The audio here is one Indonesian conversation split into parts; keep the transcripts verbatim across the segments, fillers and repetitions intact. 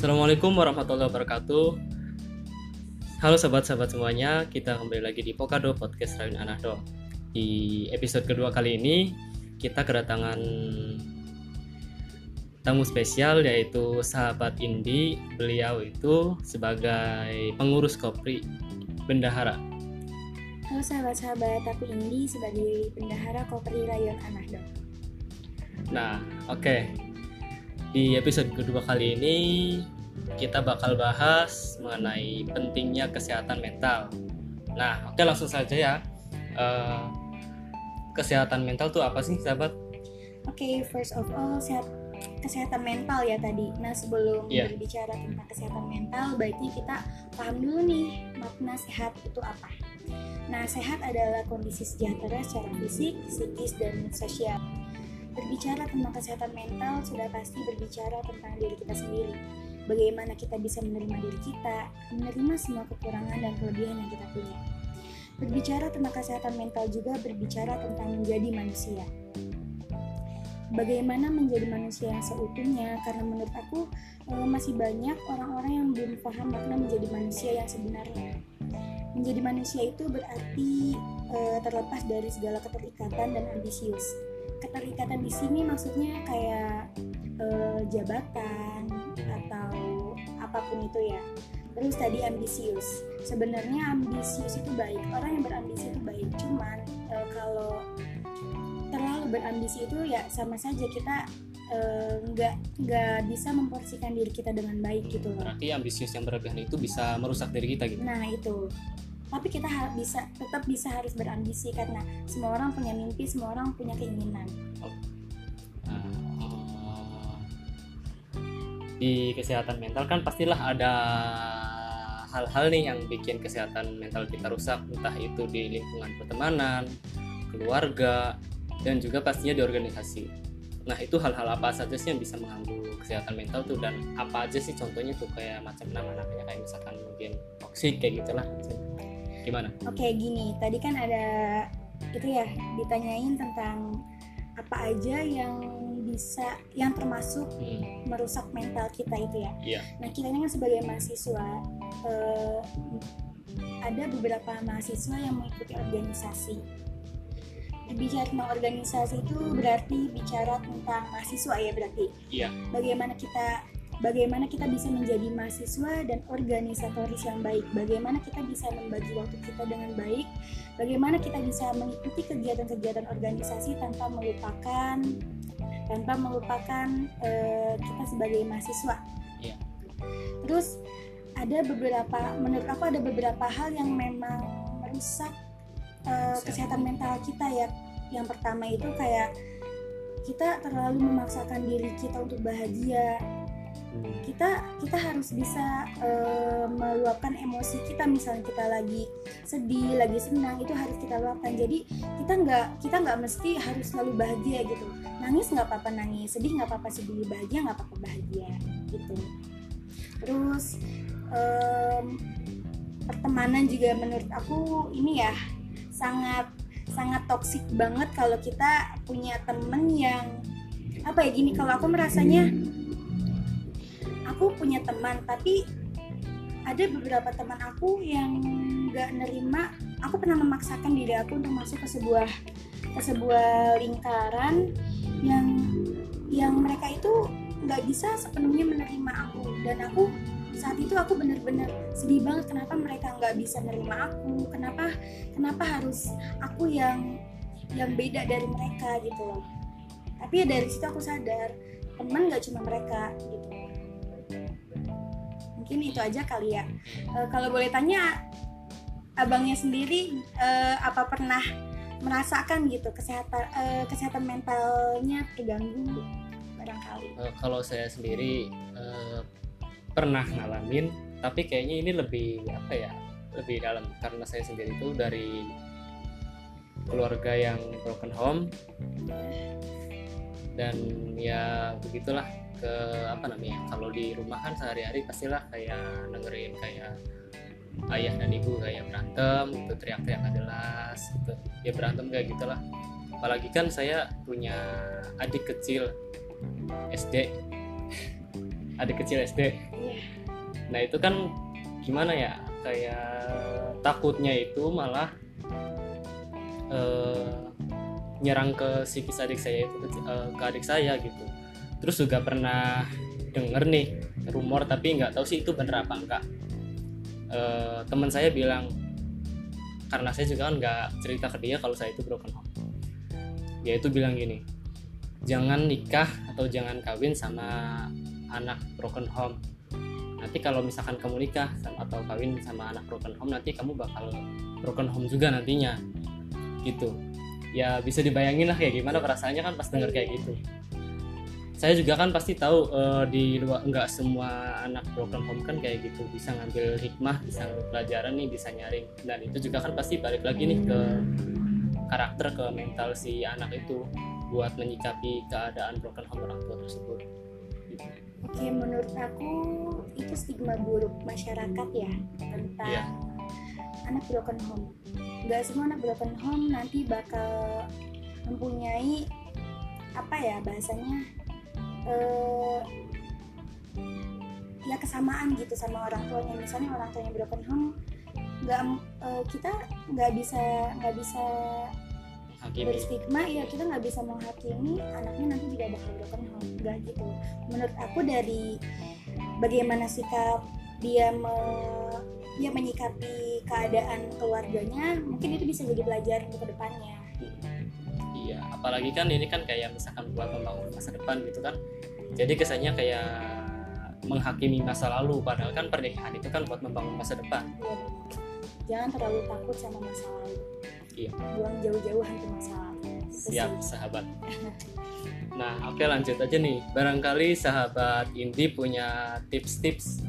Assalamualaikum warahmatullahi wabarakatuh. Halo sahabat-sahabat semuanya, kita kembali lagi di Pokado Podcast Rayun Anahdo. Di episode kedua kali ini kita kedatangan tamu spesial, yaitu sahabat Indi. Beliau itu sebagai pengurus Kopri Bendahara. Halo sahabat-sahabat, aku Indi sebagai Bendahara Kopri Rayun Anahdo. Nah, oke. Okay. Di episode kedua kali ini kita bakal bahas mengenai pentingnya kesehatan mental. Nah, oke okay, langsung saja ya. Uh, kesehatan mental tuh apa sih, sahabat? Oke, okay, first of all, sehat, kesehatan mental ya tadi. Nah, sebelum yeah. berbicara tentang kesehatan mental, baiknya kita paham dulu nih makna sehat itu apa. Nah, sehat adalah kondisi sejahtera secara fisik, psikis, dan sosial. Berbicara tentang kesehatan mental sudah pasti berbicara tentang diri kita sendiri. Bagaimana kita bisa menerima diri kita, menerima semua kekurangan dan kelebihan yang kita punya. Berbicara tentang kesehatan mental juga berbicara tentang menjadi manusia. Bagaimana menjadi manusia yang seutuhnya, karena menurut aku masih banyak orang-orang yang belum paham makna menjadi manusia yang sebenarnya. Menjadi manusia itu berarti terlepas dari segala keterikatan dan ambisius. Keterikatan di sini maksudnya kayak e, jabatan atau apapun itu ya. Terus tadi ambisius. Sebenarnya ambisius itu baik. Orang yang berambisi itu baik. Cuman e, kalau terlalu berambisi itu ya sama saja kita nggak e, nggak bisa memporsikan diri kita dengan baik gitu loh. Berarti ambisius yang berlebihan itu bisa merusak diri kita gitu. Nah itu. Tapi kita harus bisa tetap bisa harus berambisi karena semua orang punya mimpi, semua orang punya keinginan. Oh. Uh, di kesehatan mental kan pastilah ada hal-hal nih yang bikin kesehatan mental kita rusak, entah itu di lingkungan pertemanan, keluarga, dan juga pastinya di organisasi. Nah, itu hal-hal apa saja sih yang bisa mengganggu kesehatan mental tuh, dan apa aja sih contohnya tuh, kayak macam nama-namanya kayak misalkan mungkin toksik kayak gitulah. Gimana? Oke, gini, tadi kan ada itu ya, ditanyain tentang apa aja yang bisa, yang termasuk hmm. merusak mental kita itu ya. Yeah. Nah, kita ini kan sebagai mahasiswa, eh, ada beberapa mahasiswa yang mengikuti organisasi. Bicara tentang organisasi itu berarti bicara tentang mahasiswa ya berarti. Iya. Yeah. Bagaimana kita Bagaimana kita bisa menjadi mahasiswa dan organisatoris yang baik. Bagaimana kita bisa membagi waktu kita dengan baik. Bagaimana kita bisa mengikuti kegiatan-kegiatan organisasi tanpa melupakan tanpa melupakan uh, kita sebagai mahasiswa. Yeah. Terus ada beberapa, menurut aku ada beberapa hal yang memang merusak uh, kesehatan mental kita ya. Yang pertama itu kayak kita terlalu memaksakan diri kita untuk bahagia. kita kita harus bisa uh, meluapkan emosi kita. Misalnya kita lagi sedih, lagi senang, itu harus kita luapkan. Jadi kita nggak kita nggak mesti harus selalu bahagia gitu. Nangis nggak apa-apa nangis, sedih nggak apa-apa sedih, bahagia nggak apa-apa bahagia gitu. Terus um, pertemanan juga menurut aku ini ya sangat sangat toksik banget kalau kita punya temen yang apa ya gini. Kalau aku merasanya aku punya teman, tapi ada beberapa teman aku yang nggak nerima. Aku pernah memaksakan diri aku untuk masuk ke sebuah ke sebuah lingkaran yang yang mereka itu nggak bisa sepenuhnya menerima aku, dan aku saat itu aku benar-benar sedih banget. Kenapa mereka nggak bisa menerima aku? Kenapa kenapa harus aku yang yang beda dari mereka gitu loh? Tapi ya dari situ aku sadar teman nggak cuma mereka gitu. Mungkin itu aja kali ya. E, kalau boleh tanya abangnya sendiri, e, apa pernah merasakan gitu kesehatan e, kesehatan mentalnya terganggu barangkali? E, kalau saya sendiri e, pernah ngalamin, tapi kayaknya ini lebih apa ya, lebih dalam karena saya sendiri itu dari keluarga yang broken home, dan ya begitulah. Ke apa namanya, kalau di rumah kan sehari-hari pastilah kayak dengerin kayak ayah dan ibu kayak berantem gitu, teriak-teriak gak jelas gitu ya, berantem kayak gitulah. Apalagi kan saya punya adik kecil S D adik kecil S D. Iya. Nah itu kan gimana ya, kayak takutnya itu malah eh, nyerang ke psikis adik saya itu, eh, ke adik saya gitu. Terus juga pernah denger nih rumor, tapi nggak tahu sih itu bener apa enggak. Eh, teman saya bilang, karena saya juga kan nggak cerita ke dia kalau saya itu broken home, dia itu bilang gini, jangan nikah atau jangan kawin sama anak broken home. Nanti kalau misalkan kamu nikah sama, atau kawin sama anak broken home, nanti kamu bakal broken home juga nantinya gitu. Ya bisa dibayangin lah kayak gimana perasaannya kan pas denger kayak gitu. Saya juga kan pasti tahu uh, di luar nggak semua anak broken home kan kayak gitu, bisa ngambil hikmah, bisa ngambil pelajaran nih, bisa nyaring. Dan itu juga kan pasti balik lagi nih ke karakter, ke mental si anak itu buat menyikapi keadaan broken home orang tua tersebut gitu. Oke, menurut aku itu stigma buruk masyarakat ya tentang yeah. anak broken home. Gak semua anak broken home nanti bakal mempunyai apa ya bahasanya, uh, ya kesamaan gitu sama orang tuanya. Misalnya orang tuanya broken home, nggak uh, kita nggak bisa nggak bisa Hakimi. Berstigma ya, kita nggak bisa menghakimi anaknya nanti juga bakal broken home, nggak gitu. Menurut aku dari bagaimana sikap dia me, dia menyikapi keadaan keluarganya, mungkin itu bisa jadi pelajaran untuk kedepannya. Iya, apalagi kan ini kan kayak misalkan buat membangun masa depan gitu kan, jadi kesannya kayak menghakimi masa lalu, padahal kan pernikahan itu kan buat membangun masa depan. Iya benar. Jangan terlalu takut sama masa lalu. Iya. Buang jauh-jauh hantu masa lalu. Siap sahabat. Nah oke okay, lanjut aja nih. Barangkali sahabat Indi punya tips-tips.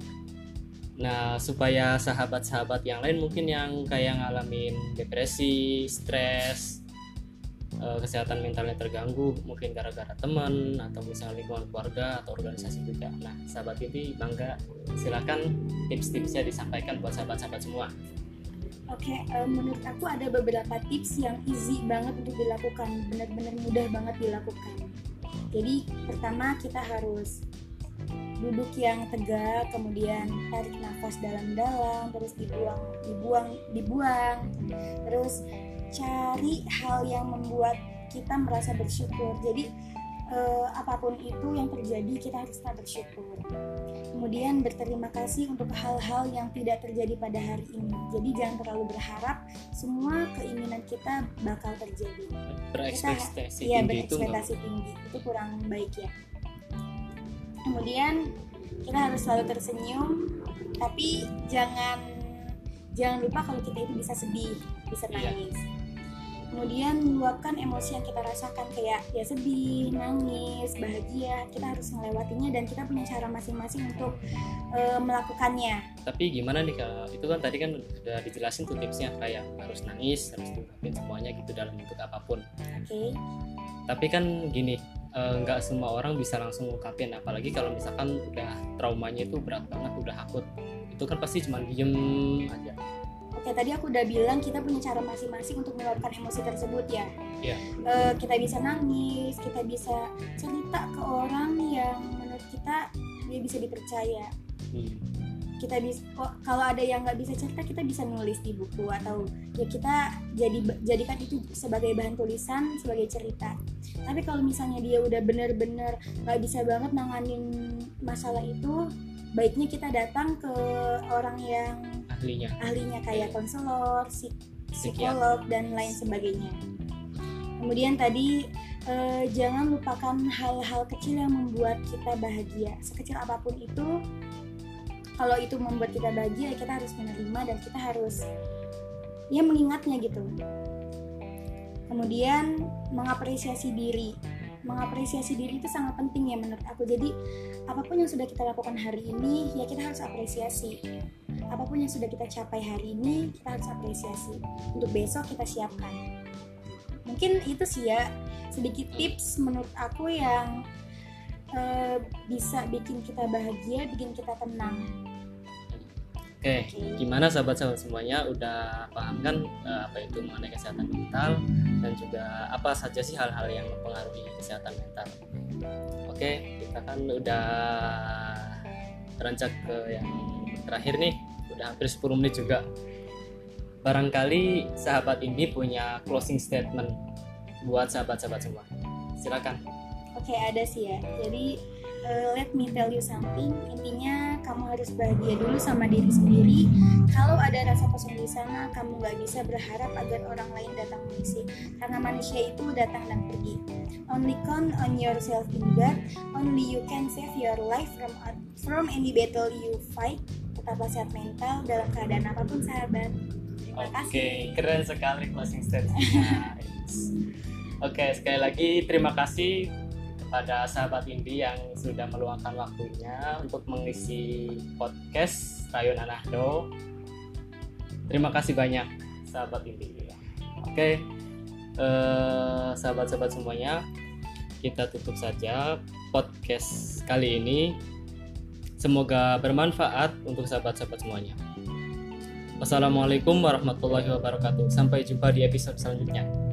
Nah supaya sahabat-sahabat yang lain mungkin yang kayak ngalamin depresi, stres, kesehatan mentalnya terganggu, mungkin gara-gara teman atau misalnya lingkungan keluarga atau organisasi juga. Nah sahabat Indi bangga, silakan tips-tipsnya disampaikan buat sahabat-sahabat semua. Oke, okay, um, menurut aku ada beberapa tips yang easy banget untuk dilakukan, benar-benar mudah banget dilakukan. Jadi pertama kita harus duduk yang tegak, kemudian tarik nafas dalam-dalam, terus dibuang, dibuang, dibuang, terus cari hal yang membuat kita merasa bersyukur. Jadi eh, apapun itu yang terjadi kita harus tetap bersyukur. Kemudian berterima kasih untuk hal-hal yang tidak terjadi pada hari ini. Jadi jangan terlalu berharap semua keinginan kita bakal terjadi. Berekspektasi kita, tinggi ya, berekspektasi itu tinggi itu kurang baik ya. Kemudian kita harus selalu tersenyum, tapi jangan jangan lupa kalau kita itu bisa sedih, bisa nangis. Iya. Kemudian meluapkan emosi yang kita rasakan, kayak ya sedih, nangis, bahagia. Kita harus melewatinya dan kita punya cara masing-masing untuk e, melakukannya. Tapi gimana nih kalau itu kan tadi kan sudah dijelasin tuh tipsnya, kayak harus nangis, harus diungkapin semuanya gitu dalam bentuk apapun. Oke. Okay. Tapi kan gini, nggak e, semua orang bisa langsung ngungkapin, apalagi kalau misalkan udah traumanya itu berat banget, udah akut. Itu kan pasti cuma diem aja. Oke, tadi aku udah bilang kita punya cara masing-masing untuk meluapkan emosi tersebut ya. Iya. E, kita bisa nangis, kita bisa cerita ke orang yang menurut kita dia bisa dipercaya. Hmm. Kita bisa, oh, kalau ada yang nggak bisa cerita, kita bisa nulis di buku atau ya kita jadi jadikan itu sebagai bahan tulisan, sebagai cerita. Tapi kalau misalnya dia udah bener-bener nggak bisa banget nanganin masalah itu, baiknya kita datang ke orang yang ahlinya, ahlinya kayak konselor, psikolog dan lain sebagainya. Kemudian tadi eh, jangan lupakan hal-hal kecil yang membuat kita bahagia. Sekecil apapun itu, kalau itu membuat kita bahagia, kita harus menerima dan kita harus ya mengingatnya gitu. Kemudian mengapresiasi diri. Mengapresiasi diri itu sangat penting ya menurut aku. Jadi apapun yang sudah kita lakukan hari ini, ya kita harus apresiasi. Apapun yang sudah kita capai hari ini, kita harus apresiasi. Untuk besok kita siapkan. Mungkin itu sih ya sedikit tips menurut aku yang uh, bisa bikin kita bahagia, bikin kita tenang. Oke, okay. Gimana sahabat-sahabat semuanya udah paham kan uh, apa itu mengenai kesehatan mental dan juga apa saja sih hal-hal yang mempengaruhi kesehatan mental. Oke, okay, kita kita kan udah beranjak ke yang terakhir nih, udah hampir sepuluh menit juga. Barangkali sahabat Indi punya closing statement buat sahabat-sahabat semua. Silakan. Oke, ada sih ya. Jadi uh, let me tell you something. Intinya kamu harus bahagia dulu sama diri sendiri. Kalau ada rasa kosong di sana, kamu nggak bisa berharap agar orang lain datang mengisi. Karena manusia itu datang dan pergi. Only count on yourself in God. Only you can save your life from from any battle you fight. Tetaplah sehat mental dalam keadaan apapun, sahabat. Terima Oke, kasih. keren sekali closing statement-nya. Oke, sekali lagi terima kasih kepada sahabat Indi yang sudah meluangkan waktunya untuk mengisi podcast Rayuan Anahdo. Terima kasih banyak sahabat Indi. Oke, eh, sahabat-sahabat semuanya, kita tutup saja podcast kali ini. Semoga bermanfaat untuk sahabat-sahabat semuanya. Wassalamualaikum warahmatullahi wabarakatuh. Sampai jumpa di episode selanjutnya.